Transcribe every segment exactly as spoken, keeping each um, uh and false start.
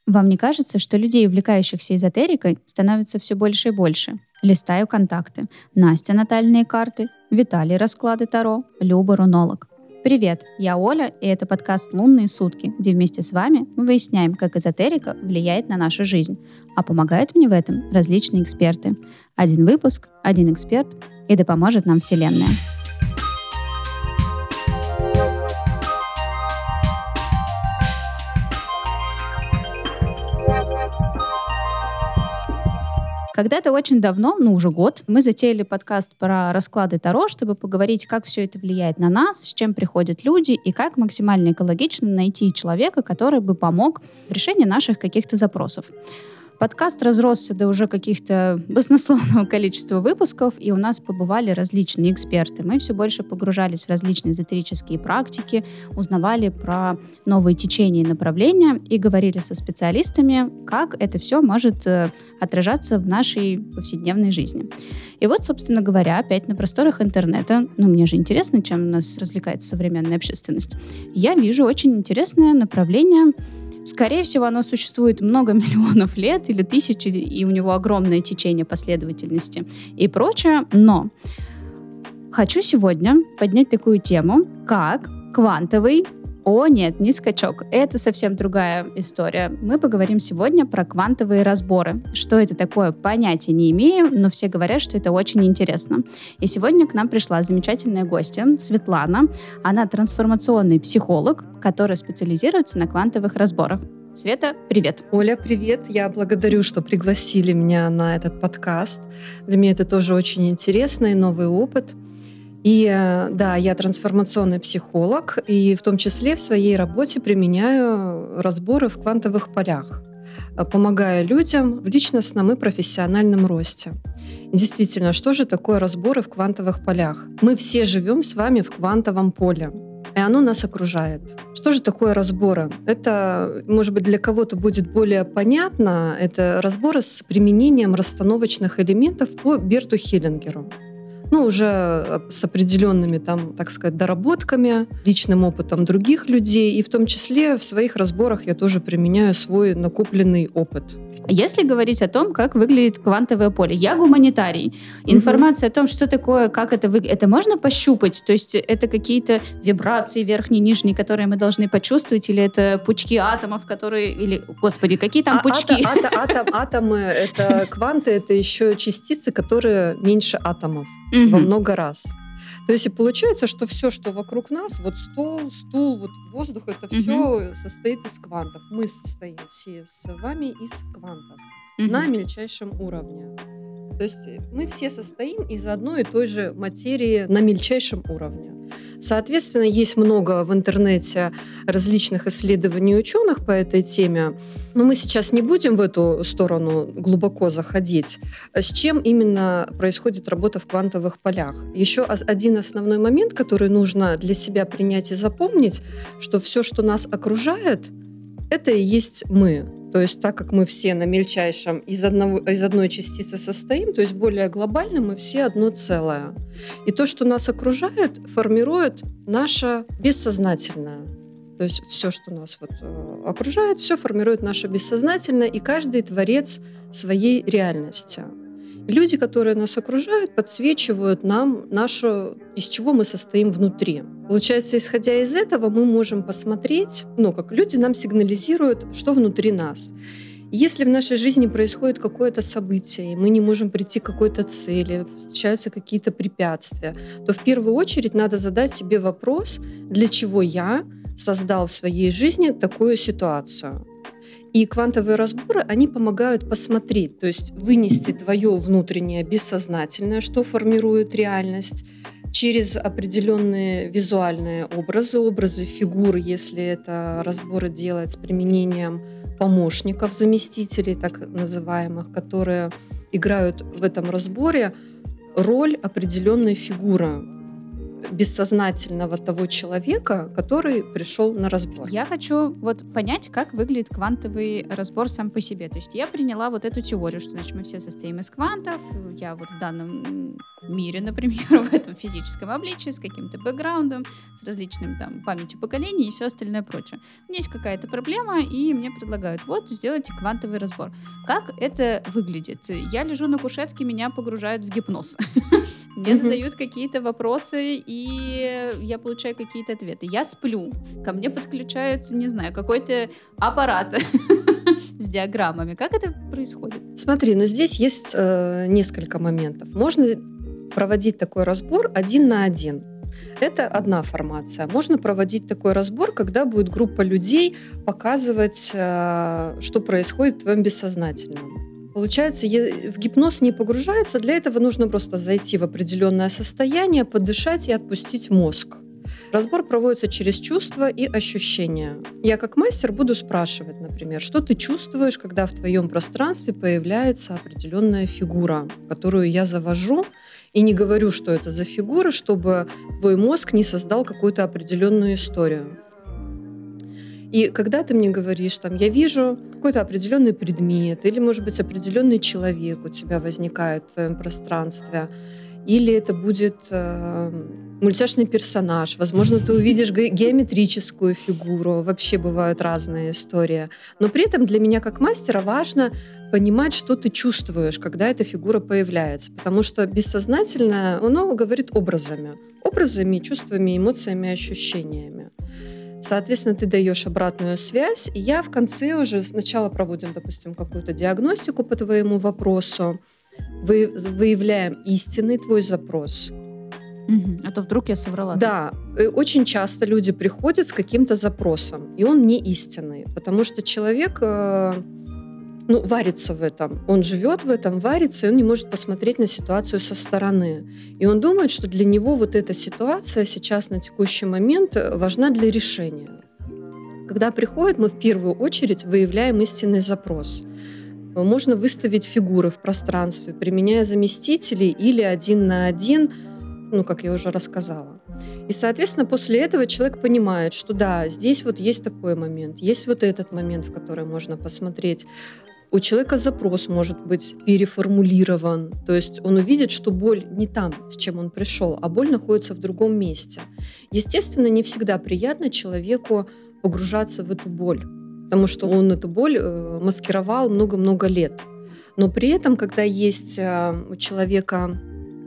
Вам не кажется, что людей, увлекающихся эзотерикой, становится все больше и больше? Листаю контакты. Настя — натальные карты, Виталий — расклады Таро, Люба — рунолог. Привет, я Оля, и это подкаст «Лунные сутки», где вместе с вами мы выясняем, как эзотерика влияет на нашу жизнь. А помогают мне в этом различные эксперты. Один выпуск, один эксперт, и да поможет нам Вселенная. Когда-то очень давно, ну уже год, мы затеяли подкаст про расклады Таро, чтобы поговорить, как все это влияет на нас, с чем приходят люди и как максимально экологично найти человека, который бы помог в решении наших каких-то запросов. Подкаст разросся до уже каких-то баснословного количества выпусков, и у нас побывали различные эксперты. Мы все больше погружались в различные эзотерические практики, узнавали про новые течения и направления и говорили со специалистами, как это все может э, отражаться в нашей повседневной жизни. И вот, собственно говоря, опять на просторах интернета, ну мне же интересно, чем нас развлекает современная общественность, я вижу очень интересное направление. Скорее всего, оно существует много миллионов лет или тысячи, и у него огромное течение последовательности и прочее. Но хочу сегодня поднять такую тему, как квантовый... О, нет, не скачок. Это совсем другая история. Мы поговорим сегодня про квантовые разборы. Что это такое, понятия не имею, но все говорят, что это очень интересно. И сегодня к нам пришла замечательная гостья Светлана. Она трансформационный психолог, который специализируется на квантовых разборах. Света, привет. Оля, привет. Я благодарю, что пригласили меня на этот подкаст. Для меня это тоже очень интересный новый опыт. И да, я трансформационный психолог, и в том числе в своей работе применяю разборы в квантовых полях, помогая людям в личностном и профессиональном росте. И действительно, что же такое разборы в квантовых полях? Мы все живем с вами в квантовом поле, и оно нас окружает. Что же такое разборы? Это, может быть, для кого-то будет более понятно. Это разборы с применением расстановочных элементов по Берту Хеллингеру. Ну, уже с определенными, там, так сказать, доработками, личным опытом других людей. И в том числе в своих разборах я тоже применяю свой накопленный опыт. Если говорить о том, как выглядит квантовое поле, я гуманитарий. Информация угу. о том, что такое, как это выглядит, это можно пощупать? То есть это какие-то вибрации верхние, нижние, которые мы должны почувствовать, или это пучки атомов, которые... Или, господи, какие там а, пучки? Ато, ато, атом, атомы, это кванты, это еще частицы, которые меньше атомов угу. во много раз. То есть и получается, что все, что вокруг нас, вот стол, стул, вот воздух, это угу. все состоит из квантов. Мы состоим все с вами из квантов угу. на мельчайшем уровне. То есть мы все состоим из одной и той же материи на мельчайшем уровне. Соответственно, есть много в интернете различных исследований ученых по этой теме, но мы сейчас не будем в эту сторону глубоко заходить. С чем именно происходит работа в квантовых полях? Еще один основной момент, который нужно для себя принять и запомнить, что все, что нас окружает, это и есть мы. То есть так как мы все на мельчайшем из, одного, из одной частицы состоим, то есть более глобально мы все одно целое. И то, что нас окружает, формирует наше бессознательное. То есть все, что нас вот окружает, все формирует наше бессознательное, и каждый творец своей реальности. И люди, которые нас окружают, подсвечивают нам нашу, из чего мы состоим внутри. Получается, исходя из этого, мы можем посмотреть, ну, как люди нам сигнализируют, что внутри нас. Если в нашей жизни происходит какое-то событие, и мы не можем прийти к какой-то цели, встречаются какие-то препятствия, то в первую очередь надо задать себе вопрос, для чего я создал в своей жизни такую ситуацию. И квантовые разборы, они помогают посмотреть, то есть вынести твое внутреннее бессознательное, что формирует реальность, через определенные визуальные образы, образы фигур, если это разборы делать с применением помощников, заместителей, так называемых, которые играют в этом разборе роль определенной фигуры. бессознательного того человека, который пришел на разбор. Я хочу вот понять, как выглядит квантовый разбор сам по себе. То есть я приняла вот эту теорию, что, значит, мы все состоим из квантов. Я вот в данном мире, например, в этом физическом обличии, с каким-то бэкграундом, с различным там памятью поколений и все остальное прочее. У меня есть какая-то проблема, и мне предлагают, вот, сделайте квантовый разбор. Как это выглядит? Я лежу на кушетке, меня погружают в гипноз. Мне задают какие-то вопросы, и я получаю какие-то ответы. Я сплю, ко мне подключают, не знаю, какой-то аппарат с диаграммами. Как это происходит? Смотри, но здесь есть э, несколько моментов. Можно проводить такой разбор один на один. Это одна формация. Можно проводить такой разбор, когда будет группа людей показывать, э, что происходит в твоем бессознательном. Получается, в гипноз не погружается, для этого нужно просто зайти в определенное состояние, подышать и отпустить мозг. Разбор проводится через чувства и ощущения. Я как мастер буду спрашивать, например, что ты чувствуешь, когда в твоем пространстве появляется определенная фигура, которую я завожу, и не говорю, что это за фигура, чтобы твой мозг не создал какую-то определенную историю. И когда ты мне говоришь, там, я вижу какой-то определенный предмет, или, может быть, определенный человек у тебя возникает в твоем пространстве, или это будет э, мультяшный персонаж, возможно, ты увидишь ге- геометрическую фигуру, вообще бывают разные истории. Но при этом для меня как мастера важно понимать, что ты чувствуешь, когда эта фигура появляется, потому что бессознательное, оно говорит образами, образами, чувствами, эмоциями, ощущениями. Соответственно, ты даешь обратную связь, и я в конце уже сначала проводим, допустим, какую-то диагностику по твоему вопросу, вы, выявляем истинный твой запрос. Угу. А то вдруг я соврала. Да, очень часто люди приходят с каким-то запросом, и он не истинный, потому что человек ну, варится в этом. Он живет в этом, варится, и он не может посмотреть на ситуацию со стороны. И он думает, что для него вот эта ситуация сейчас на текущий момент важна для решения. Когда приходит, мы в первую очередь выявляем истинный запрос. Можно выставить фигуры в пространстве, применяя заместителей или один на один, ну, как я уже рассказала. И, соответственно, после этого человек понимает, что да, здесь вот есть такой момент, есть вот этот момент, в который можно посмотреть. У человека запрос может быть переформулирован, то есть он увидит, что боль не там, с чем он пришел, а боль находится в другом месте. Естественно, не всегда приятно человеку погружаться в эту боль, потому что он эту боль маскировал много-много лет. Но при этом, когда есть у человека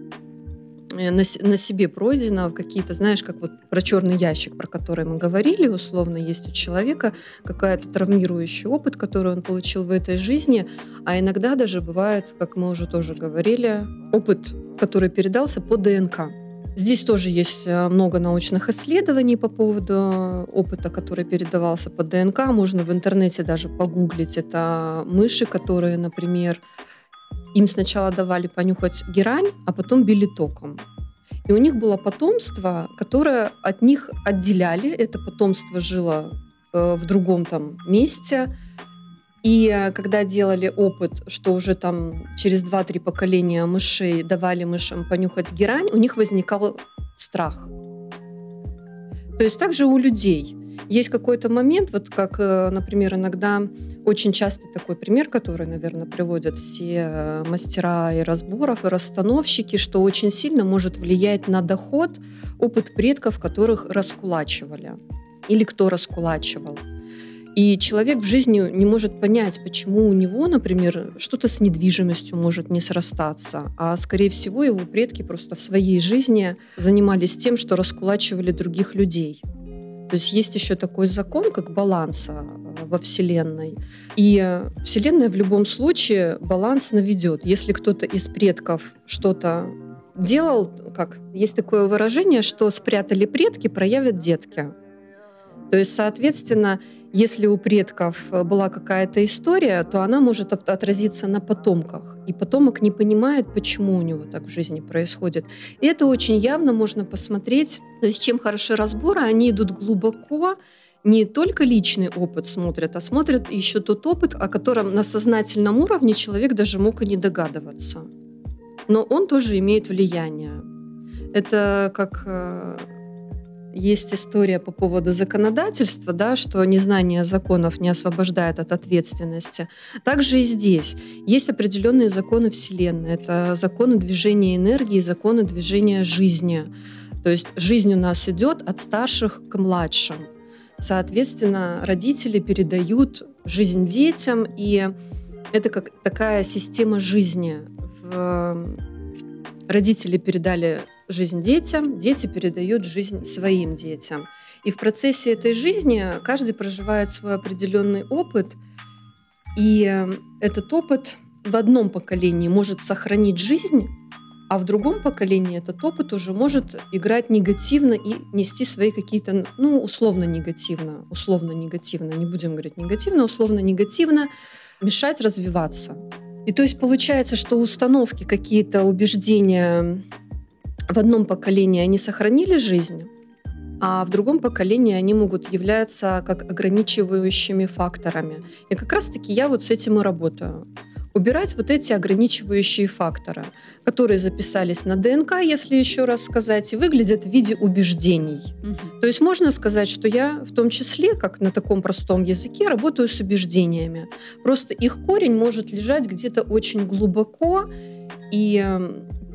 на, на себе пройдено какие-то, знаешь, как вот про черный ящик, про который мы говорили, условно, есть у человека какой-то травмирующий опыт, который он получил в этой жизни, а иногда даже бывает, как мы уже тоже говорили, опыт, который передался по ДНК. Здесь тоже есть много научных исследований по поводу опыта, который передавался по ДНК. Можно в интернете даже погуглить. Это мыши, которые, например, им сначала давали понюхать герань, а потом били током. И у них было потомство, которое от них отделяли. Это потомство жило э, в другом там месте. И когда делали опыт, что уже там через два-три поколения мышей давали мышам понюхать герань, у них возникал страх. То есть также у людей есть какой-то момент, вот как, например, иногда очень часто такой пример, который, наверное, приводят все мастера и разборов, и расстановщики, что очень сильно может влиять на доход опыт предков, которых раскулачивали. Или кто раскулачивал. И человек в жизни не может понять, почему у него, например, что-то с недвижимостью может не срастаться, а, скорее всего, его предки просто в своей жизни занимались тем, что раскулачивали других людей. То есть есть еще такой закон, как баланса во Вселенной. И Вселенная в любом случае баланс наведет. Если кто-то из предков что-то делал, как есть такое выражение, что спрятали предки, проявят детки. То есть, соответственно, если у предков была какая-то история, то она может отразиться на потомках. И потомок не понимает, почему у него так в жизни происходит. И это очень явно можно посмотреть. То есть чем хороши разборы, они идут глубоко, не только личный опыт смотрят, а смотрят еще тот опыт, о котором на сознательном уровне человек даже мог и не догадываться. Но он тоже имеет влияние. Это как э, есть история по поводу законодательства, да, что незнание законов не освобождает от ответственности. Также и здесь есть определенные законы Вселенной. Это законы движения энергии, законы движения жизни. То есть жизнь у нас идет от старших к младшим. Соответственно, родители передают жизнь детям, и это как такая система жизни. Родители передали жизнь детям, дети передают жизнь своим детям. И в процессе этой жизни каждый проживает свой определенный опыт, и этот опыт в одном поколении может сохранить жизнь, а в другом поколении этот опыт уже может играть негативно и нести свои какие-то, ну, условно негативно, условно негативно, не будем говорить негативно, условно негативно, мешать развиваться. И то есть получается, что установки, какие-то убеждения в одном поколении, они сохранили жизнь, а в другом поколении они могут являться как ограничивающими факторами. И как раз-таки я вот с этим и работаю. Убирать вот эти ограничивающие факторы, которые записались на ДНК, если еще раз сказать, и выглядят в виде убеждений. Угу. То есть можно сказать, что я в том числе, как на таком простом языке, работаю с убеждениями. Просто их корень может лежать где-то очень глубоко, и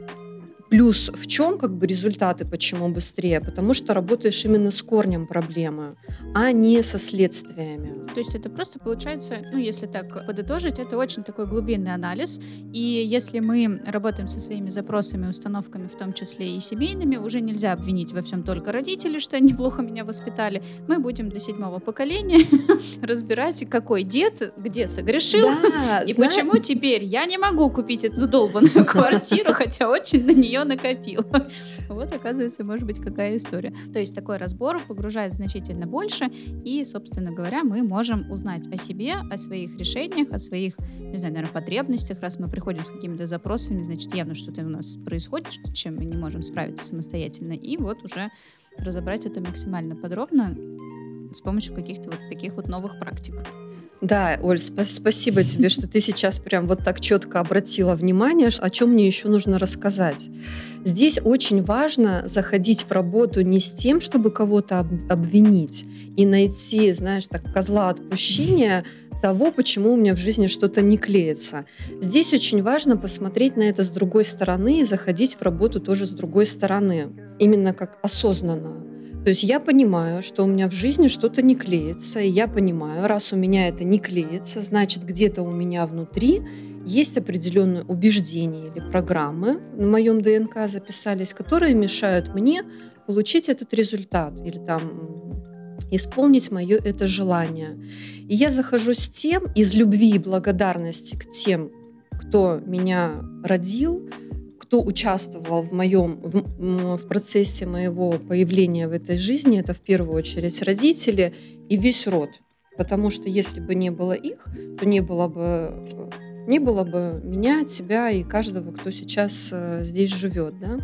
плюс в чем как бы результаты, почему быстрее? Потому что работаешь именно с корнем проблемы, а не со следствиями. То есть это просто получается, ну, если так подытожить, это очень такой глубинный анализ. И если мы работаем со своими запросами, установками, в том числе и семейными, уже нельзя обвинить во всем только родителей, что они плохо меня воспитали. Мы будем до седьмого поколения разбирать, какой дед где согрешил, да, и знаешь... почему теперь я не могу купить эту долбанную квартиру, хотя очень на нее накопил. Вот, оказывается, может быть, какая история. То есть такой разбор погружает значительно больше, и, собственно говоря, мы можем узнать о себе, о своих решениях, о своих, не знаю, наверное, потребностях. Раз мы приходим с какими-то запросами, значит, явно что-то у нас происходит, с чем мы не можем справиться самостоятельно, и вот уже разобрать это максимально подробно с помощью каких-то вот таких вот новых практик. Да, Оль, сп- спасибо тебе, что ты сейчас прям вот так четко обратила внимание, о чем мне еще нужно рассказать. Здесь очень важно заходить в работу не с тем, чтобы кого-то об- обвинить и найти, знаешь, так, козла отпущения того, почему у меня в жизни что-то не клеится. Здесь очень важно посмотреть на это с другой стороны и заходить в работу тоже с другой стороны, именно как осознанно. То есть я понимаю, что у меня в жизни что-то не клеится, и я понимаю, раз у меня это не клеится, значит, где-то у меня внутри есть определенные убеждения или программы на моем ДНК записались, которые мешают мне получить этот результат или там исполнить мое это желание. И я захожу с тем, из любви и благодарности к тем, кто меня родил, кто участвовал в моем в, в процессе моего появления в этой жизни, это в первую очередь родители и весь род. Потому что если бы не было их, то не было бы, не было бы меня, тебя и каждого, кто сейчас здесь живет. Да?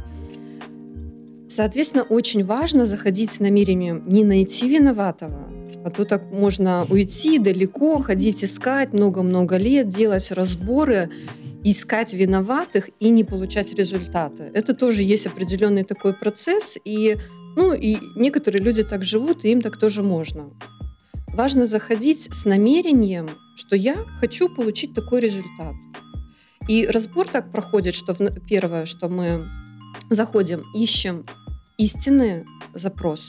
Соответственно, очень важно заходить с намерением не найти виноватого, а то так можно уйти далеко, ходить искать много-много лет, делать разборы, искать виноватых и не получать результаты. Это тоже есть определенный такой процесс, и, ну, и некоторые люди так живут, и им так тоже можно. Важно заходить с намерением, что я хочу получить такой результат. И разбор так проходит, что первое, что мы заходим, ищем истинный запрос,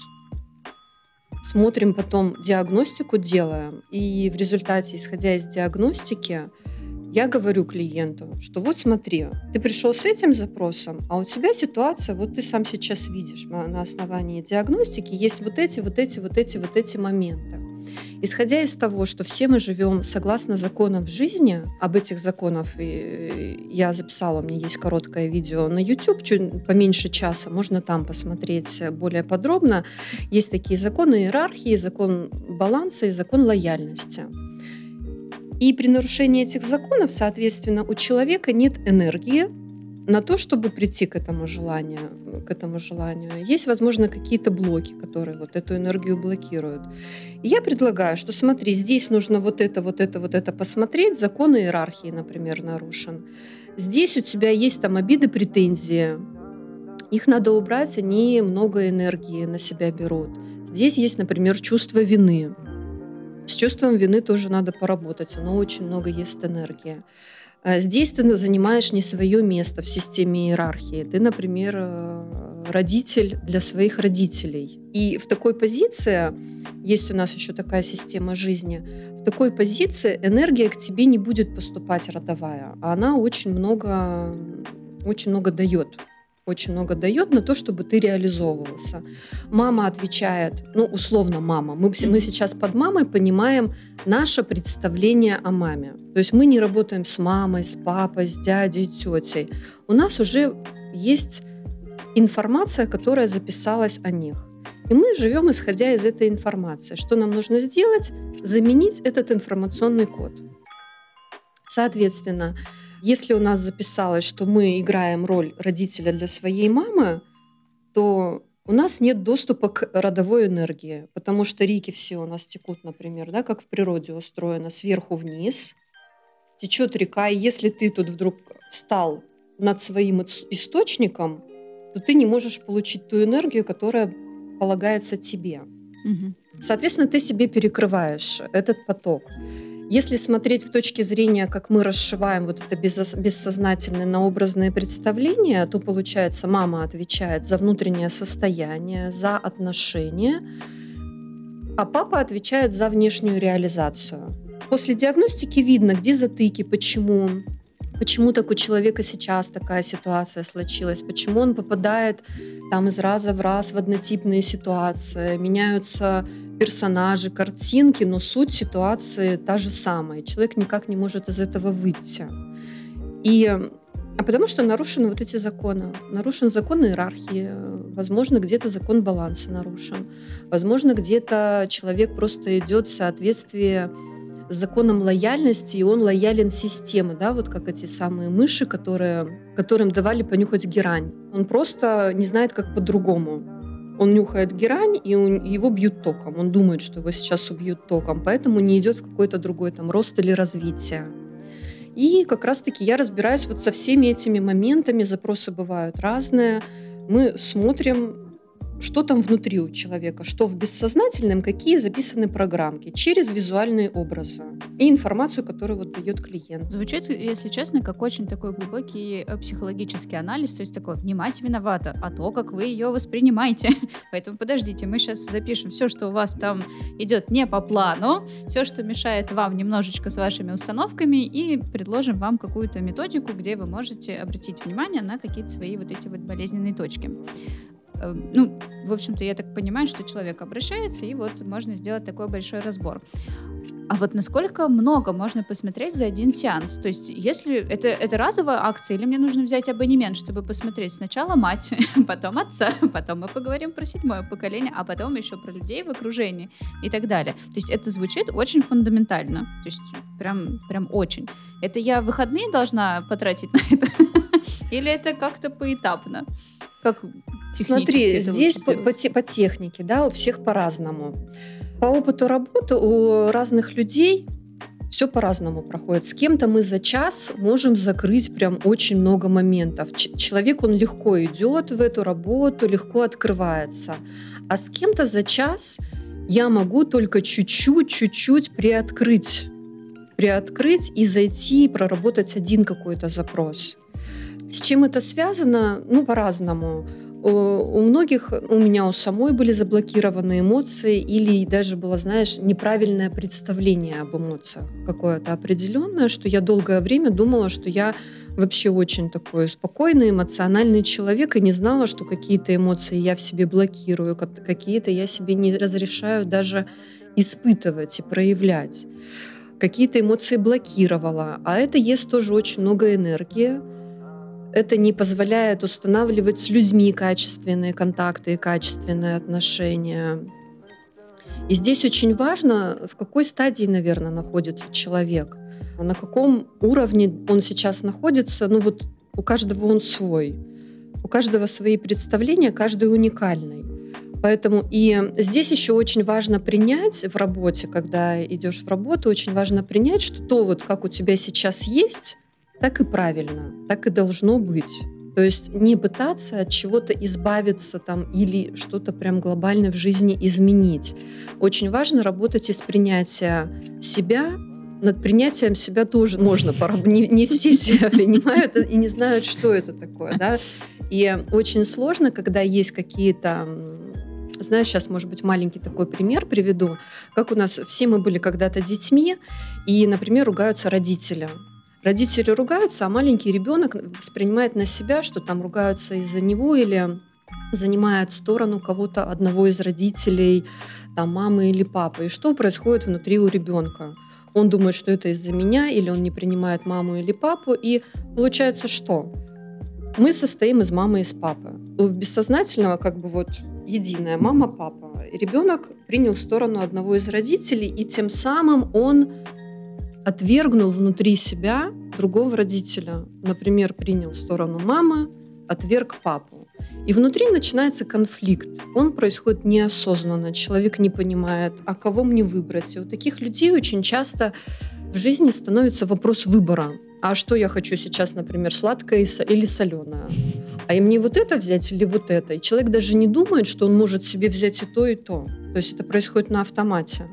смотрим потом диагностику, делаем, и в результате, исходя из диагностики, я говорю клиенту, что вот смотри, ты пришел с этим запросом, а у тебя ситуация, вот ты сам сейчас видишь, на основании диагностики есть вот эти, вот эти, вот эти, вот эти моменты. Исходя из того, что все мы живем согласно законам в жизни, об этих законах я записала, у меня есть короткое видео на YouTube, чуть поменьше часа, можно там посмотреть более подробно. Есть такие законы иерархии, закон баланса и закон лояльности. И при нарушении этих законов, соответственно, у человека нет энергии на то, чтобы прийти к этому желанию. К этому желанию. Есть, возможно, какие-то блоки, которые вот эту энергию блокируют. И я предлагаю, что смотри, здесь нужно вот это, вот это, вот это посмотреть. Закон иерархии, например, нарушен. Здесь у тебя есть там обиды, претензии. Их надо убрать, они много энергии на себя берут. Здесь есть, например, чувство вины. С чувством вины тоже надо поработать, оно очень много ест энергии. А Здесь ты занимаешь не свое место в системе иерархии. Ты, например, э, родитель для своих родителей. И в такой позиции, есть у нас еще такая система жизни, в такой позиции энергия к тебе не будет поступать родовая, а она очень много, очень много дает. Очень много дает на то, чтобы ты реализовывался. Мама отвечает, ну, условно мама. Мы, мы сейчас под мамой понимаем наше представление о маме. То есть мы не работаем с мамой, с папой, с дядей, тетей. У нас уже есть информация, которая записалась о них. И мы живем, исходя из этой информации. Что нам нужно сделать? Заменить этот информационный код. Соответственно, если у нас записалось, что мы играем роль родителя для своей мамы, то у нас нет доступа к родовой энергии, потому что реки все у нас текут, например, да, как в природе устроено, сверху вниз течет река, и если ты тут вдруг встал над своим ис- источником, то ты не можешь получить ту энергию, которая полагается тебе. Мгм. Соответственно, ты себе перекрываешь этот поток. Если смотреть в точке зрения, как мы расшиваем вот это безос- бессознательное на образные представления, то получается, мама отвечает за внутреннее состояние, за отношения, а папа отвечает за внешнюю реализацию. После диагностики видно, где затыки, почему, почему так у человека сейчас такая ситуация случилась, почему он попадает там из раза в раз в однотипные ситуации, меняются персонажи, картинки, но суть ситуации та же самая. Человек никак не может из этого выйти. И, а потому что нарушены вот эти законы. Нарушен закон иерархии, возможно, где-то закон баланса нарушен, возможно, где-то человек просто идет в соответствии с законом лояльности, и он лоялен системе, да, вот как эти самые мыши, которые, которым давали понюхать герань. Он просто не знает, как по-другому. Он нюхает герань, и у- его бьют током. Он думает, что его сейчас убьют током, поэтому не идет в какой-то другой там рост или развитие. И как раз-таки я разбираюсь вот со всеми этими моментами. Запросы бывают разные. Мы смотрим, что там внутри у человека, что в бессознательном, какие записаны программки через визуальные образы и информацию, которую вот дает клиент. Звучит, если честно, как очень такой глубокий э, психологический анализ, то есть такое «внимать виновата», а то, как вы ее воспринимаете. Поэтому подождите, мы сейчас запишем все, что у вас там идет не по плану, все, что мешает вам немножечко с вашими установками, и предложим вам какую-то методику, где вы можете обратить внимание на какие-то свои вот эти вот болезненные точки. Э, Ну, в общем-то, я так понимаю, что человек обращается, и вот можно сделать такой большой разбор. А вот насколько много можно посмотреть за один сеанс? То есть, если это, это разовая акция, или мне нужно взять абонемент, чтобы посмотреть сначала мать, потом отца, потом мы поговорим про седьмое поколение, а потом еще про людей в окружении и так далее. То есть, это звучит очень фундаментально. То есть, прям, прям очень. Это я выходные должна потратить на это? Или это как-то поэтапно? Как технически Смотри, это здесь лучше по, сделать? по те- по технике, да, у всех по-разному. По опыту работы у разных людей все по-разному проходит. С кем-то мы за час можем закрыть прям очень много моментов. Ч- человек, он легко идет в эту работу, легко открывается. А с кем-то за час я могу только чуть-чуть, чуть-чуть приоткрыть. Приоткрыть и зайти, и проработать один какой-то запрос. С чем это связано? Ну, по-разному. У у многих, у меня у самой были заблокированы эмоции или даже было, знаешь, неправильное представление об эмоциях какое-то определенное, что я долгое время думала, что я вообще очень такой спокойный, эмоциональный человек и не знала, что какие-то эмоции я в себе блокирую, как- какие-то я себе не разрешаю даже испытывать и проявлять. Какие-то эмоции блокировала, а это ест тоже очень много энергии. Это не позволяет устанавливать с людьми качественные контакты и качественные отношения. И здесь очень важно, в какой стадии, наверное, находится человек, на каком уровне он сейчас находится. Ну вот у каждого он свой, у каждого свои представления, каждый уникальный. Поэтому и здесь еще очень важно принять в работе, когда идешь в работу, очень важно принять, что то, вот как у тебя сейчас есть, так и правильно, так и должно быть. То есть не пытаться от чего-то избавиться там или что-то прям глобально в жизни изменить. Очень важно работать из принятия себя. Над принятием себя тоже можно поработать. Не, не все себя принимают и не знают, что это такое. Да? И очень сложно, когда есть какие-то... Знаешь, сейчас, может быть, маленький такой пример приведу. Как у нас все мы были когда-то детьми, и, например, ругаются родители. Родители ругаются, а маленький ребенок воспринимает на себя, что там ругаются из-за него или занимает сторону кого-то, одного из родителей, там, мамы или папы. И что происходит внутри у ребенка? Он думает, что это из-за меня, или он не принимает маму или папу. И получается что? Мы состоим из мамы и из папы. У бессознательного как бы вот единая мама, папа. И ребенок принял сторону одного из родителей, и тем самым он отвергнул внутри себя другого родителя. Например, принял сторону мамы, отверг папу. И внутри начинается конфликт. Он происходит неосознанно. Человек не понимает, а кого мне выбрать. И у таких людей очень часто в жизни становится вопрос выбора. А что я хочу сейчас, например, сладкое или соленое? А и мне вот это взять или вот это? И человек даже не думает, что он может себе взять и то, и то. То есть это происходит на автомате.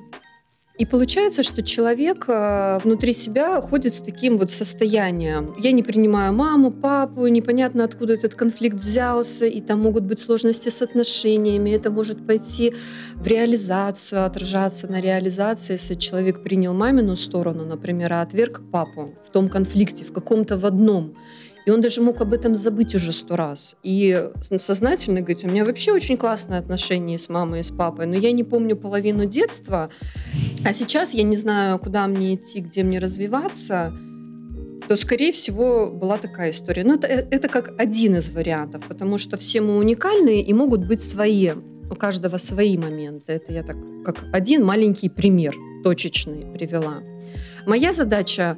И получается, что человек внутри себя ходит с таким вот состоянием. Я не принимаю маму, папу, непонятно, откуда этот конфликт взялся, и там могут быть сложности с отношениями, это может пойти в реализацию, отражаться на реализации, если человек принял мамину сторону, например, а отверг папу в том конфликте, в каком-то в одном. И он даже мог об этом забыть уже сто раз. И сознательно говорит, у меня вообще очень классные отношения с мамой и с папой, но я не помню половину детства, а сейчас я не знаю, куда мне идти, где мне развиваться, то, скорее всего, была такая история. Но это, это как один из вариантов, потому что все мы уникальные и могут быть свои. У каждого свои моменты. Это я так как один маленький пример, точечный, привела. Моя задача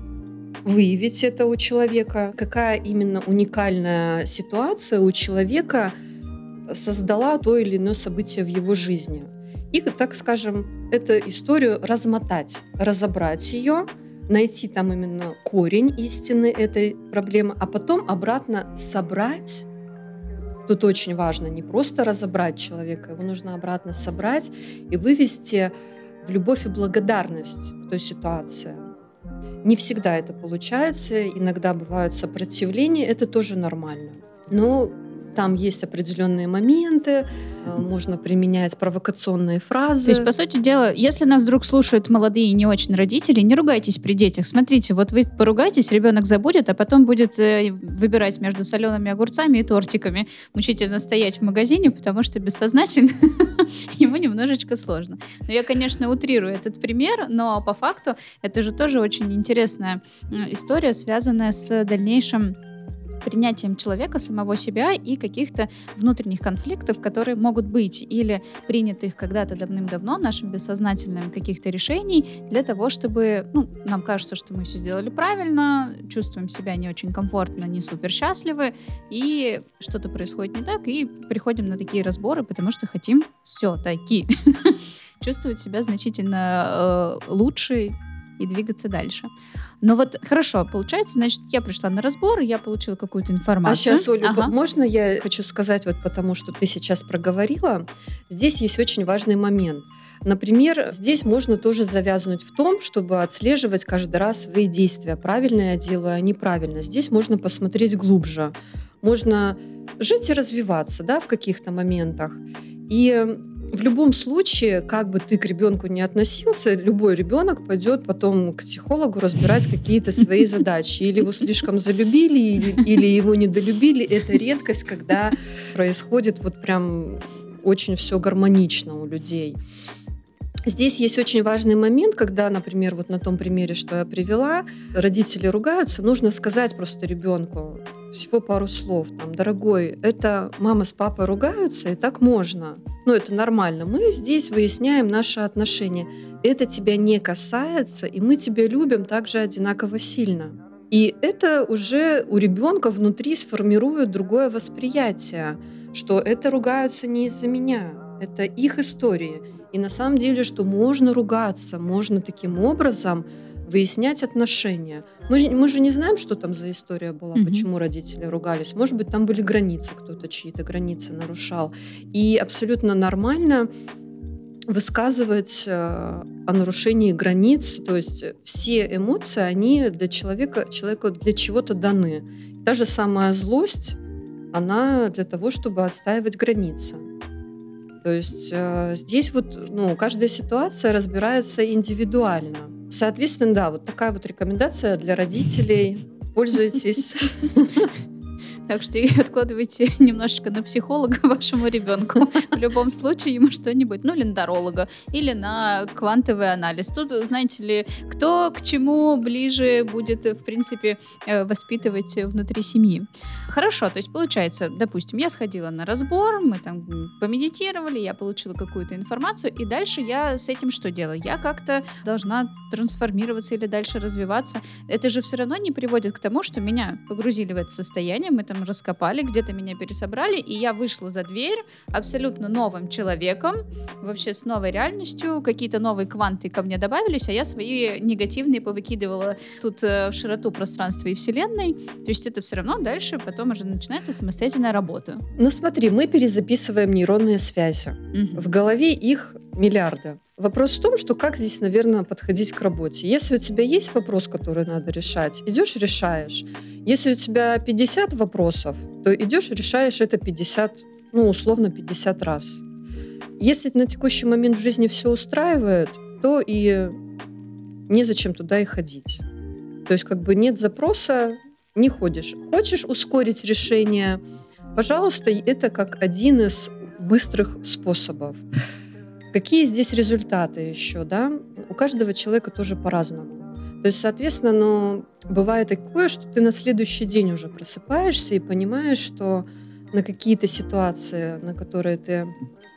выявить это у человека, какая именно уникальная ситуация у человека создала то или иное событие в его жизни. И, так скажем, эту историю размотать, разобрать ее, найти там именно корень истины этой проблемы, а потом обратно собрать. Тут очень важно не просто разобрать человека, его нужно обратно собрать и вывести в любовь и благодарность в той ситуации. Не всегда это получается, иногда бывают сопротивления, это тоже нормально. Но там есть определенные моменты, можно применять провокационные фразы. То есть, по сути дела, если нас вдруг слушают молодые и не очень родители, не ругайтесь при детях. Смотрите, вот вы поругаетесь, ребенок забудет, а потом будет выбирать между солеными огурцами и тортиками, мучительно стоять в магазине, потому что бессознательно ему немножечко сложно. Но я, конечно, утрирую этот пример, но по факту это же тоже очень интересная история, связанная с дальнейшим принятием человека, самого себя и каких-то внутренних конфликтов, которые могут быть или принятых когда-то давным-давно нашим бессознательным каких-то решений для того, чтобы, ну, нам кажется, что мы все сделали правильно, чувствуем себя не очень комфортно, не супер счастливы, и что-то происходит не так, и приходим на такие разборы, потому что хотим все-таки чувствовать себя значительно э, лучше и двигаться дальше. Но вот хорошо, получается, значит, я пришла на разбор, я получила какую-то информацию. А сейчас, Оля, ага. можно я хочу сказать, вот потому что ты сейчас проговорила, здесь есть очень важный момент. Например, здесь можно тоже завязнуть в том, чтобы отслеживать каждый раз свои действия. Правильно я делаю, а неправильно. Здесь можно посмотреть глубже. Можно жить и развиваться, да, в каких-то моментах. И в любом случае, как бы ты к ребенку не относился, любой ребенок пойдет потом к психологу разбирать какие-то свои задачи. Или его слишком залюбили, или, или его недолюбили. Это редкость, когда происходит вот прям очень все гармонично у людей. Здесь есть очень важный момент, когда, например, вот на том примере, что я привела, родители ругаются, нужно сказать просто ребенку всего пару слов. Там, дорогой, это мама с папой ругаются, и так можно. Ну, это нормально. Мы здесь выясняем наши отношения. Это тебя не касается, и мы тебя любим также одинаково сильно. И это уже у ребенка внутри сформирует другое восприятие, что это ругаются не из-за меня, это их истории. И на самом деле, что можно ругаться, можно таким образом выяснять отношения. Мы же, мы же не знаем, что там за история была, Мгм. почему родители ругались. Может быть, там были границы, кто-то чьи-то границы нарушал. И абсолютно нормально высказывать э, о нарушении границ. То есть все эмоции, они для человека, человеку для чего-то даны. Та же самая злость, она для того, чтобы отстаивать границы. То есть э, здесь вот ну, каждая ситуация разбирается индивидуально. Соответственно, да, вот такая вот рекомендация для родителей. Пользуйтесь. Так что и откладывайте немножечко на психолога вашему ребенку. В любом случае ему что-нибудь, ну или на таролога, или на квантовый анализ. Тут, знаете ли, кто к чему ближе будет, в принципе, э, воспитывать внутри семьи. Хорошо, то есть получается, допустим, я сходила на разбор, мы там м, помедитировали, я получила какую-то информацию, и дальше я с этим что делаю? Я как-то должна трансформироваться или дальше развиваться. Это же все равно не приводит к тому, что меня погрузили в это состояние, мы там раскопали, где-то меня пересобрали, и я вышла за дверь абсолютно новым человеком, вообще с новой реальностью, какие-то новые кванты ко мне добавились, а я свои негативные повыкидывала тут э, в широту пространства и вселенной. То есть это все равно дальше потом уже начинается самостоятельная работа. Ну смотри, мы перезаписываем нейронные связи. Мгм. В голове их миллиарды. Вопрос в том, что как здесь, наверное, подходить к работе. Если у тебя есть вопрос, который надо решать, идешь, решаешь. Если у тебя пятьдесят вопросов, то идешь, решаешь это пятьдесят, ну, условно пятьдесят раз. Если на текущий момент в жизни все устраивает, то и незачем туда и ходить. То есть как бы нет запроса, не ходишь. Хочешь ускорить решение, пожалуйста, это как один из быстрых способов. Какие здесь результаты еще, да? У каждого человека тоже по-разному. То есть, соответственно, ну, бывает такое, что ты на следующий день уже просыпаешься и понимаешь, что на какие-то ситуации, на которые ты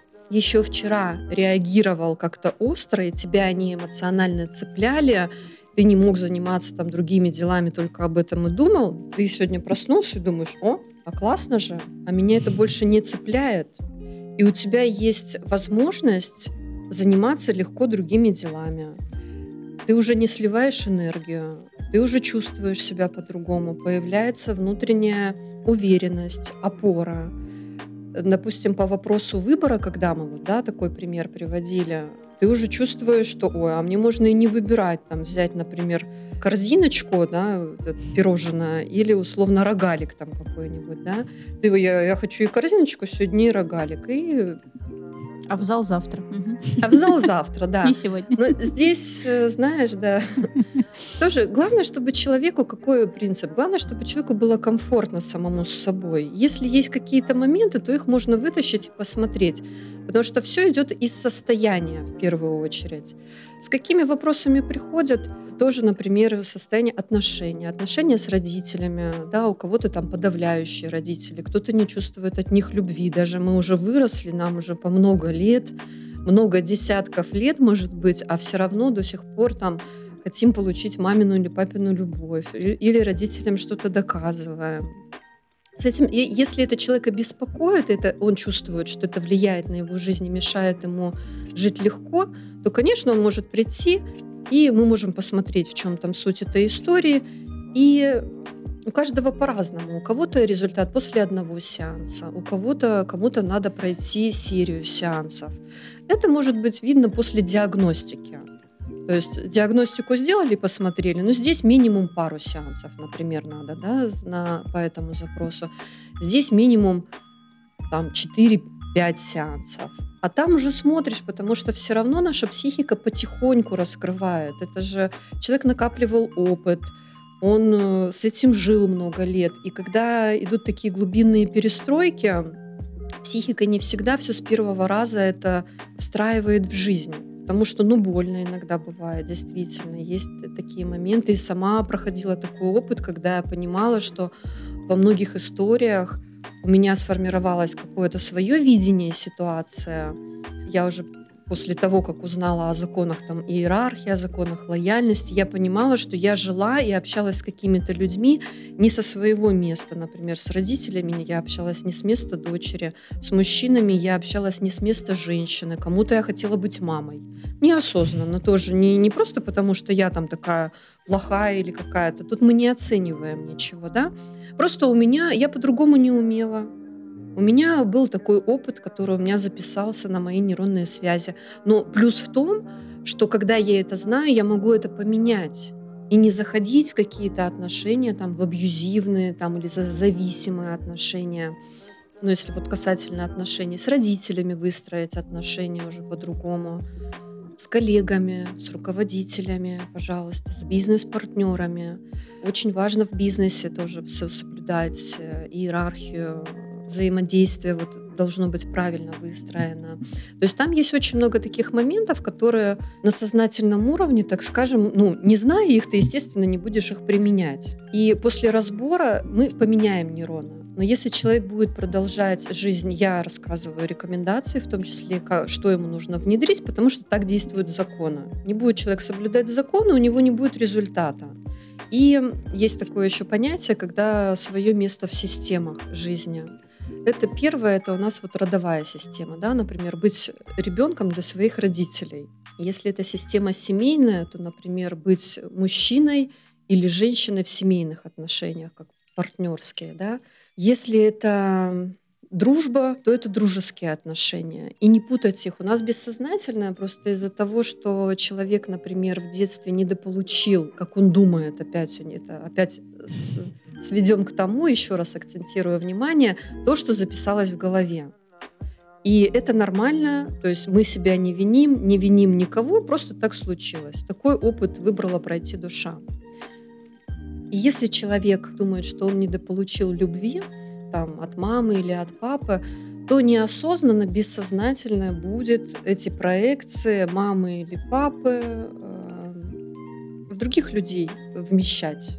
еще вчера реагировал как-то остро, и тебя они эмоционально цепляли, ты не мог заниматься там другими делами, только об этом и думал, ты сегодня проснулся и думаешь, о, а классно же, а меня это больше не цепляет. И у тебя есть возможность заниматься легко другими делами. Ты уже не сливаешь энергию, ты уже чувствуешь себя по-другому, появляется внутренняя уверенность, опора. Допустим, по вопросу выбора, когда мы вот, да, такой пример приводили, ты уже чувствуешь, что, ой, а мне можно и не выбирать, там, взять, например, корзиночку, да, вот это пирожное, или условно рогалик там какой-нибудь, да. Ты, я, я хочу и корзиночку сегодня, и рогалик, и... А в зал завтра. Мгм. А в зал завтра, да. Не сегодня. Но здесь, э, знаешь, да, тоже главное, чтобы человеку, какой принцип? Главное, чтобы человеку было комфортно самому с собой. Если есть какие-то моменты, то их можно вытащить и посмотреть. Потому что все идет из состояния в первую очередь. С какими вопросами приходят? Тоже, например, состояние отношений. Отношения с родителями. Да, у кого-то там подавляющие родители, кто-то не чувствует от них любви. Даже мы уже выросли, нам уже по много лет, много десятков лет, может быть, а все равно до сих пор там хотим получить мамину или папину любовь, или, или родителям что-то доказываем. С этим, и если это человека беспокоит, это он чувствует, что это влияет на его жизнь и мешает ему жить легко, то, конечно, он может прийти, и мы можем посмотреть, в чем там суть этой истории. И у каждого по-разному. У кого-то результат после одного сеанса, у кого-то кому-то надо пройти серию сеансов. Это может быть видно после диагностики. То есть диагностику сделали, посмотрели, но здесь минимум пару сеансов, например, надо, да, на, по этому запросу. Здесь минимум там четыре-пять сеансов. А там уже смотришь, потому что все равно наша психика потихоньку раскрывает. Это же человек накапливал опыт, он э, с этим жил много лет. И когда идут такие глубинные перестройки, психика не всегда все с первого раза это встраивает в жизнь. Потому что, ну, больно иногда бывает, действительно. Есть такие моменты. И сама проходила такой опыт, когда я понимала, что во многих историях у меня сформировалось какое-то свое видение ситуации. Я уже после того, как узнала о законах там иерархии, о законах лояльности, я понимала, что я жила и общалась с какими-то людьми не со своего места. Например, с родителями я общалась не с места дочери, с мужчинами я общалась не с места женщины, кому-то я хотела быть мамой. Неосознанно тоже, не, не просто потому, что я там такая плохая или какая-то. Тут мы не оцениваем ничего, да? Просто у меня, я по-другому не умела. У меня был такой опыт, который у меня записался на мои нейронные связи. Но плюс в том, что когда я это знаю, я могу это поменять и не заходить в какие-то отношения, там, в абьюзивные там, или за- зависимые отношения. Ну, если вот касательно отношений с родителями, выстроить отношения уже по-другому, с коллегами, с руководителями, пожалуйста, с бизнес-партнерами. Очень важно в бизнесе тоже со- соблюдать э, иерархию, взаимодействие вот должно быть правильно выстроено. То есть там есть очень много таких моментов, которые на сознательном уровне, так скажем, ну, не зная их, ты, естественно, не будешь их применять. И после разбора мы поменяем нейроны. Но если человек будет продолжать жизнь, я рассказываю рекомендации, в том числе, ка- что ему нужно внедрить, потому что так действуют законы. Не будет человек соблюдать законы, у него не будет результата. И есть такое еще понятие, когда свое место в системах жизни. Это первое, это у нас вот родовая система, да, например, быть ребенком для своих родителей. Если это система семейная, то, например, быть мужчиной или женщиной в семейных отношениях, как партнерские, да. Если это дружба, то это дружеские отношения. И не путать их. У нас бессознательное просто из-за того, что человек, например, в детстве недополучил, как он думает, опять, он это опять с- сведем к тому, еще раз акцентирую внимание, то, что записалось в голове. И это нормально, то есть мы себя не виним, не виним никого, просто так случилось. Такой опыт выбрала пройти душа. И если человек думает, что он недополучил любви там, от мамы или от папы, то неосознанно, бессознательно будет эти проекции мамы или папы э, в других людей вмещать.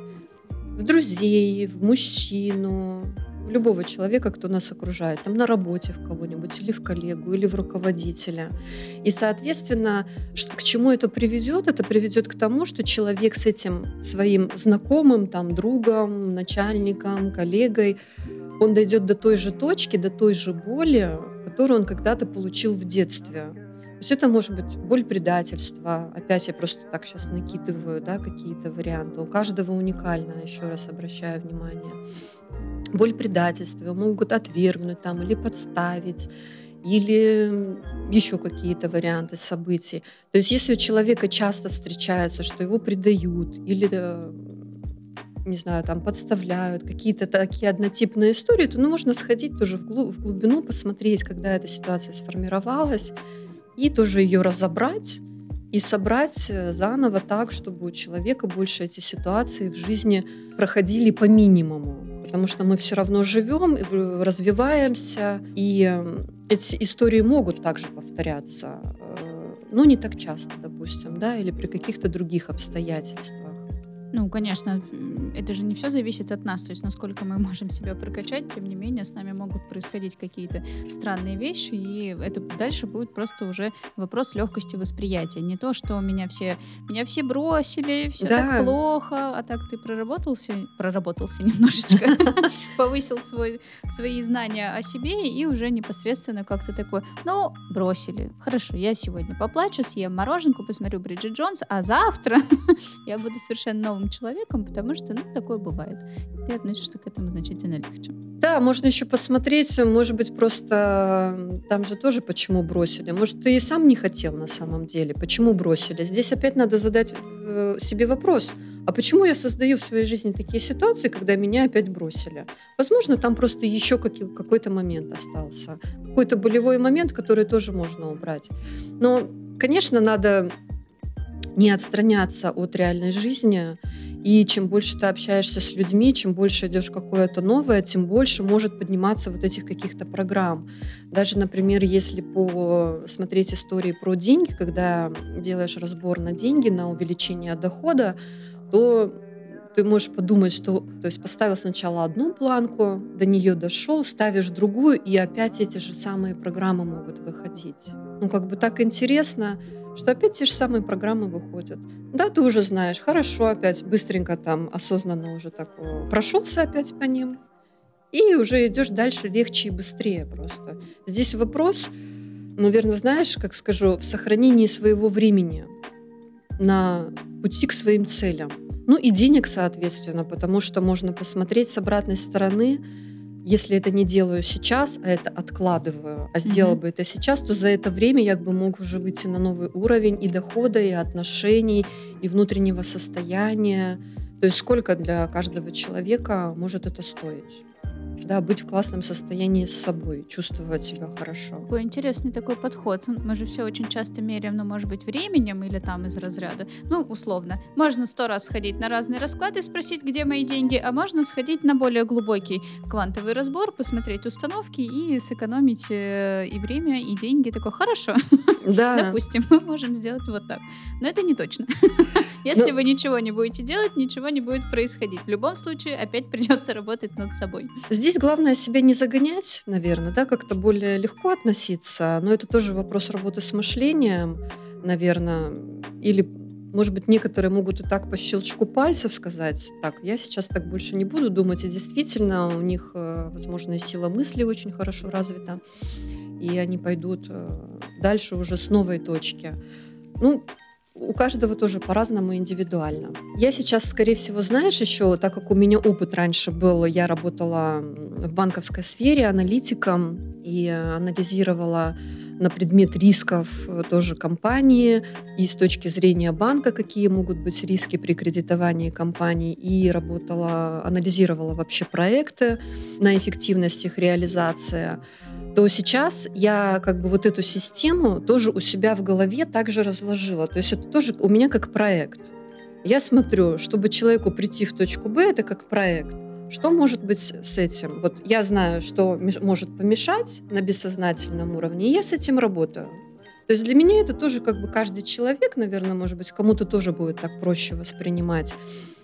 В друзей, в мужчину, в любого человека, кто нас окружает, там на работе в кого-нибудь, или в коллегу, или в руководителя. И, соответственно, что, к чему это приведет? Это приведет к тому, что человек с этим своим знакомым, там, другом, начальником, коллегой, он дойдет до той же точки, до той же боли, которую он когда-то получил в детстве. То есть это может быть боль предательства. Опять я просто так сейчас накидываю, да, какие-то варианты. У каждого уникально, еще раз обращаю внимание. Боль предательства могут отвергнуть там или подставить, или еще какие-то варианты событий. То есть если у человека часто встречается, что его предают или э, не знаю, там подставляют, какие-то такие однотипные истории, то ну, можно сходить тоже в, глу- в глубину, посмотреть, когда эта ситуация сформировалась, и тоже ее разобрать и собрать э, заново так, чтобы у человека больше эти ситуации в жизни проходили по минимуму. Потому что мы все равно живем, и в- развиваемся, и э, эти истории могут также повторяться, э, но не так часто, допустим, да, или при каких-то других обстоятельствах. Ну, конечно, м, это же не все зависит от нас, то есть насколько мы можем себя прокачать, тем не менее с нами могут происходить какие-то странные вещи, и это дальше будет просто уже вопрос легкости восприятия. Не то, что меня все, меня все бросили, все так Да, плохо, а так ты проработался, проработался немножечко, повысил свой, свои знания о себе и уже непосредственно как-то такой, ну, бросили. Хорошо, я сегодня поплачу, съем мороженку, посмотрю Бриджит Джонс, а завтра я буду совершенно новым человеком, потому что, ну, такое бывает. Ты относишься к этому значительно легче. да, можно еще посмотреть, может быть, просто м, там же тоже почему бросили. Может, ты и сам не хотел на самом деле, почему бросили. Здесь опять надо задать э, себе вопрос, а почему я создаю в своей жизни такие ситуации, когда меня опять бросили? Возможно, там просто еще каки- какой-то момент остался, какой-то болевой момент, который тоже можно убрать. Но, конечно, надо не отстраняться от реальной жизни. И чем больше ты общаешься с людьми, чем больше идешь в какое-то новое, тем больше может подниматься вот этих каких-то программ. Даже, например, если посмотреть истории про деньги, когда делаешь разбор на деньги, на увеличение дохода, то ты можешь подумать, что, то есть поставил сначала одну планку, до нее дошел, ставишь другую, и опять эти же самые программы могут выходить. ну, как бы так интересно, что опять те же самые программы выходят. Да, ты уже знаешь, хорошо, опять быстренько там осознанно уже так э, прошелся опять по ним, и уже идешь дальше легче и быстрее просто. Здесь вопрос, наверное, знаешь, как скажу, в сохранении своего времени на пути к своим целям. Ну и денег, соответственно, потому что можно посмотреть с обратной стороны, если это не делаю сейчас, а это откладываю, а сделала Мгм. бы это сейчас, то за это время я бы мог уже выйти на новый уровень и дохода, и отношений, и внутреннего состояния. То есть сколько для каждого человека может это стоить? Да, быть в классном состоянии с собой, чувствовать себя хорошо. Какой интересный такой подход. Мы же все очень часто меряем, ну, может быть, временем или там из разряда. Ну, условно. Можно сто раз сходить на разные расклады и спросить, где мои деньги, а можно сходить на более глубокий квантовый разбор, посмотреть установки и сэкономить э, и время, и деньги. Такой, хорошо, Да, допустим, мы можем сделать вот так. Но это не точно. ну, Если вы ничего не будете делать, ничего не будет происходить. В любом случае, опять придется работать над собой. здесь главное себя не загонять, наверное, да, как-то более легко относиться, но это тоже вопрос работы с мышлением, наверное, или, может быть, некоторые могут и так по щелчку пальцев сказать, так, я сейчас так больше не буду думать, и действительно у них, э, возможно, и сила мысли очень хорошо развита, и они пойдут э, дальше уже с новой точки. Ну, у каждого тоже по-разному индивидуально. Я сейчас, скорее всего, знаешь, еще, так как у меня опыт раньше был, я работала м, в банковской сфере аналитиком и э, анализировала на предмет рисков э, тоже компании и с точки зрения банка, какие могут быть риски при кредитовании компаний, и работала, анализировала вообще проекты на эффективность их реализации, то сейчас я как бы вот эту систему тоже у себя в голове также разложила. То есть это тоже у меня как проект. Я смотрю, чтобы человеку прийти в точку Б, это как проект. Что может быть с с этим? Вот я знаю, что меш- может помешать на бессознательном уровне, и я с этим работаю. То есть для меня это тоже как бы каждый человек, наверное, может быть, кому-то тоже будет так проще воспринимать.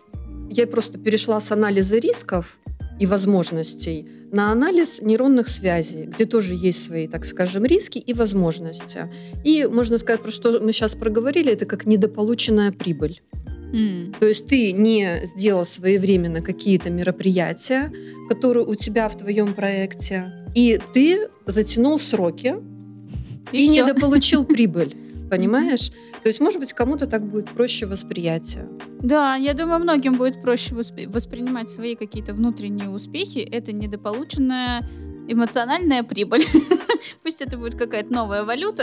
Я просто перешла с анализа рисков и возможностей на анализ нейронных связей, где тоже есть свои, так скажем, риски и возможности. И можно сказать, про что мы сейчас проговорили, это как недополученная прибыль. М. То есть ты не сделал своевременно какие-то мероприятия, которые у тебя в твоем проекте, и ты затянул сроки И и всё. недополучил прибыль. Понимаешь? То есть, может быть, кому-то так будет проще восприятие. Да, я думаю, многим будет проще воспри- воспринимать свои какие-то внутренние успехи. Это недополученная эмоциональная прибыль. Пусть это будет какая-то новая валюта.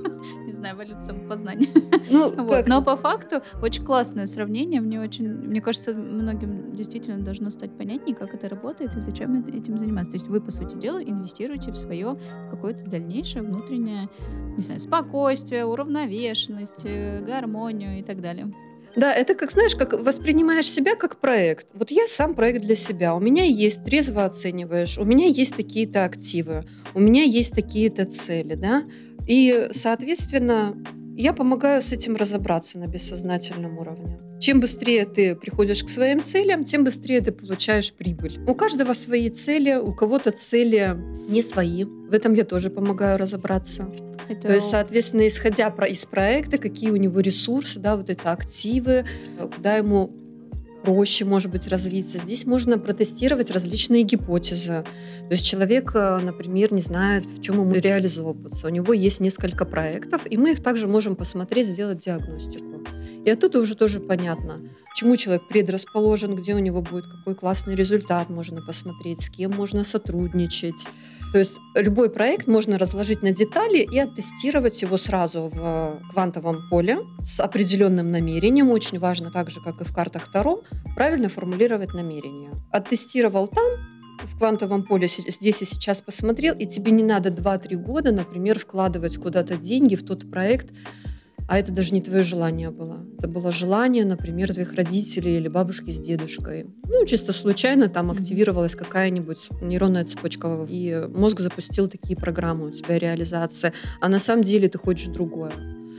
Не знаю, валюта самопознания. Ну, Вот. как Но по факту очень классное сравнение. Мне очень, мне кажется, многим действительно должно стать понятнее, как это работает и зачем это- этим заниматься. То есть вы, по сути дела, инвестируете в свое какое-то дальнейшее внутреннее, не знаю, спокойствие, уравновешенность, э, гармонию и так далее. Да, это как, знаешь, как воспринимаешь себя как проект. Вот я сам проект для себя. У меня есть, трезво оцениваешь, у меня есть такие-то активы, у меня есть такие-то цели, да. И, соответственно, я помогаю с этим разобраться на бессознательном уровне. Чем быстрее ты приходишь к своим целям, тем быстрее ты получаешь прибыль. У каждого свои цели, у кого-то цели не свои. В этом я тоже помогаю разобраться. Это То есть, соответственно, исходя про- из проекта, какие у него ресурсы, да, вот это активы, э, куда ему проще, может быть, развиться. Здесь можно протестировать различные гипотезы. То есть человек, э, например, не знает, в чем ему реализовываться. У него есть несколько проектов, и мы их также можем посмотреть, сделать диагностику. И оттуда уже тоже понятно, к чему человек предрасположен, где у него будет какой классный результат, можно посмотреть, с кем можно сотрудничать. То есть любой проект можно разложить на детали и оттестировать его сразу в квантовом поле с определенным намерением. Очень важно, так же, как и в картах Таро, правильно формулировать намерение. Оттестировал там, в квантовом поле се- здесь и сейчас посмотрел, и тебе не надо два-три года, например, вкладывать куда-то деньги в тот проект, а это даже не твое желание было. Это было желание, например, твоих родителей или бабушки с дедушкой. Ну, чисто случайно там Мгм. активировалась какая-нибудь нейронная цепочка, и мозг запустил такие программы, у тебя реализация. А на самом деле ты хочешь другое.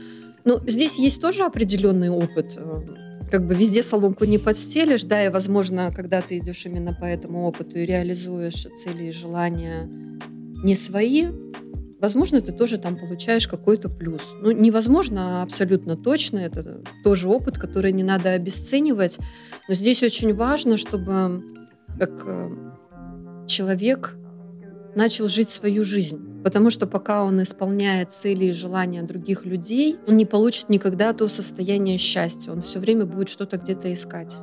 Ну, здесь есть тоже определенный опыт. э, Как бы везде соломку не подстелишь, да, и, возможно, когда ты идешь именно по этому опыту и реализуешь цели и желания не свои, возможно, ты тоже там получаешь какой-то плюс. Ну, невозможно, а абсолютно точно. Это тоже опыт, который не надо обесценивать. Но здесь очень важно, чтобы как э, человек начал жить свою жизнь. Потому что пока он исполняет цели и желания других людей, он не получит никогда то состояние счастья. Он все время будет что-то где-то искать.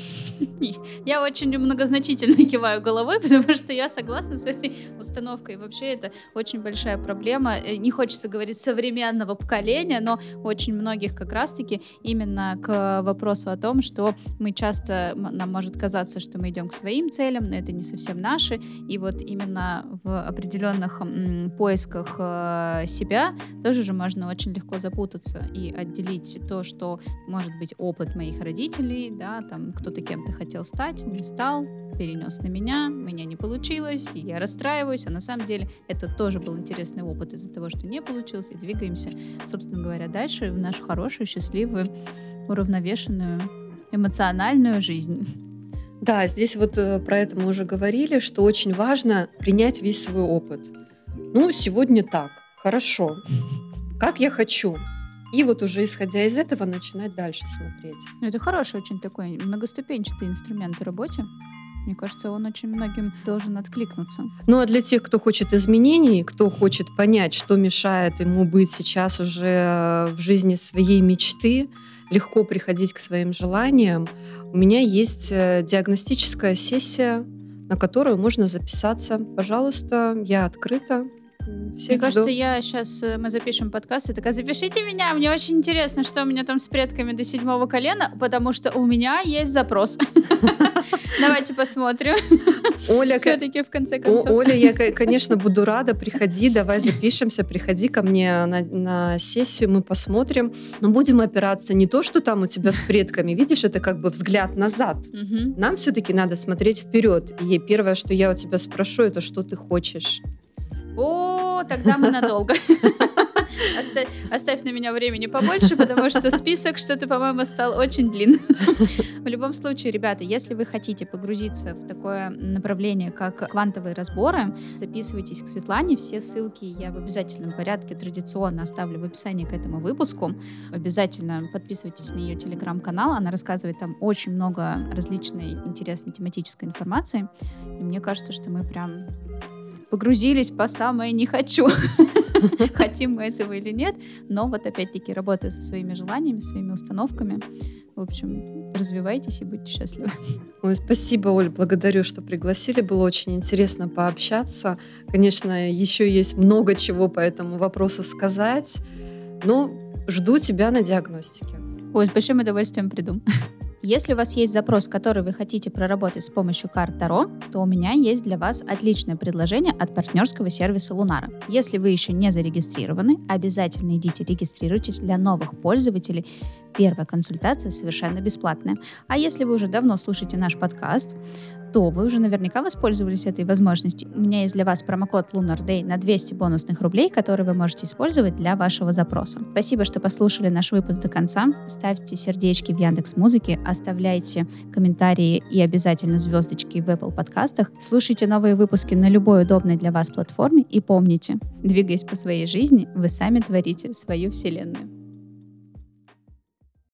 Я очень многозначительно киваю головой, потому что я согласна с этой установкой. Вообще это очень большая проблема. Не хочется говорить современного поколения, но очень многих как раз-таки именно к вопросу о том, что мы часто, нам может казаться, что мы идем к своим целям, но это не совсем наши. И вот именно в определенных м, поисках э, себя тоже же можно очень легко запутаться и отделить то, что может быть опыт моих родителей, да, там кто-то кем-то хотел стать, не стал, перенес на меня, у меня не получилось, и я расстраиваюсь, а на самом деле это тоже был интересный опыт из-за того, что не получилось, и двигаемся, собственно говоря, дальше в нашу хорошую, счастливую, уравновешенную, эмоциональную жизнь. Да, здесь вот э, про это мы уже говорили, что очень важно принять весь свой опыт. Ну, сегодня так, хорошо, как я хочу. И вот уже исходя из этого начинать дальше смотреть. Это хороший очень такой многоступенчатый инструмент в работе. Мне кажется, он очень многим должен откликнуться. Ну а для тех, кто хочет изменений, кто хочет понять, что мешает ему быть сейчас уже в жизни своей мечты, легко приходить к своим желаниям, у меня есть диагностическая сессия, на которую можно записаться. Пожалуйста, я открыта. Всех Мне кажется, жду. я сейчас, э, мы запишем подкаст, и такая, запишите меня, мне очень интересно, что у меня там с предками до седьмого колена, потому что у меня есть запрос. Давайте посмотрим. Оля, Все-таки в конце О- концов. Оля, я, ко- конечно, буду рада. Приходи, давай запишемся, приходи ко мне на, на сессию, мы посмотрим. Но будем опираться не то, что там у тебя с предками. Видишь, это как бы взгляд назад. Мгм. Нам все-таки надо смотреть вперед. И первое, что я у тебя спрошу, это что ты хочешь. О, тогда мы надолго. Оставь, оставь на меня времени побольше, потому что список что-то, по-моему, стал очень длинным. В любом случае, ребята, если вы хотите погрузиться в такое направление, как квантовые разборы, записывайтесь к Светлане. Все ссылки я в обязательном порядке традиционно оставлю в описании к этому выпуску. Обязательно подписывайтесь на ее телеграм-канал. Она рассказывает там очень много различной интересной тематической информации. И мне кажется, что мы прям погрузились по самое не хочу. Хотим мы этого или нет. Но вот опять-таки работая со своими желаниями, своими установками. В общем, развивайтесь и будьте счастливы. Ой, спасибо, Оль, благодарю, что пригласили. Было очень интересно пообщаться. Конечно, еще есть много чего по этому вопросу сказать. Но жду тебя на диагностике. Ой, с большим удовольствием приду. Если у вас есть запрос, который вы хотите проработать с помощью карт Таро, то у меня есть для вас отличное предложение от партнерского сервиса Лунара. Если вы еще не зарегистрированы, обязательно идите регистрируйтесь. Для новых пользователей первая консультация совершенно бесплатная. А если вы уже давно слушаете наш подкаст, то вы уже наверняка воспользовались этой возможностью. У меня есть для вас промокод LunarDay на двести бонусных рублей, который вы можете использовать для вашего запроса. Спасибо, что послушали наш выпуск до конца. Ставьте сердечки в Яндекс.Музыке, оставляйте комментарии и обязательно звездочки в Apple подкастах. Слушайте новые выпуски на любой удобной для вас платформе и помните, двигаясь по своей жизни, вы сами творите свою вселенную.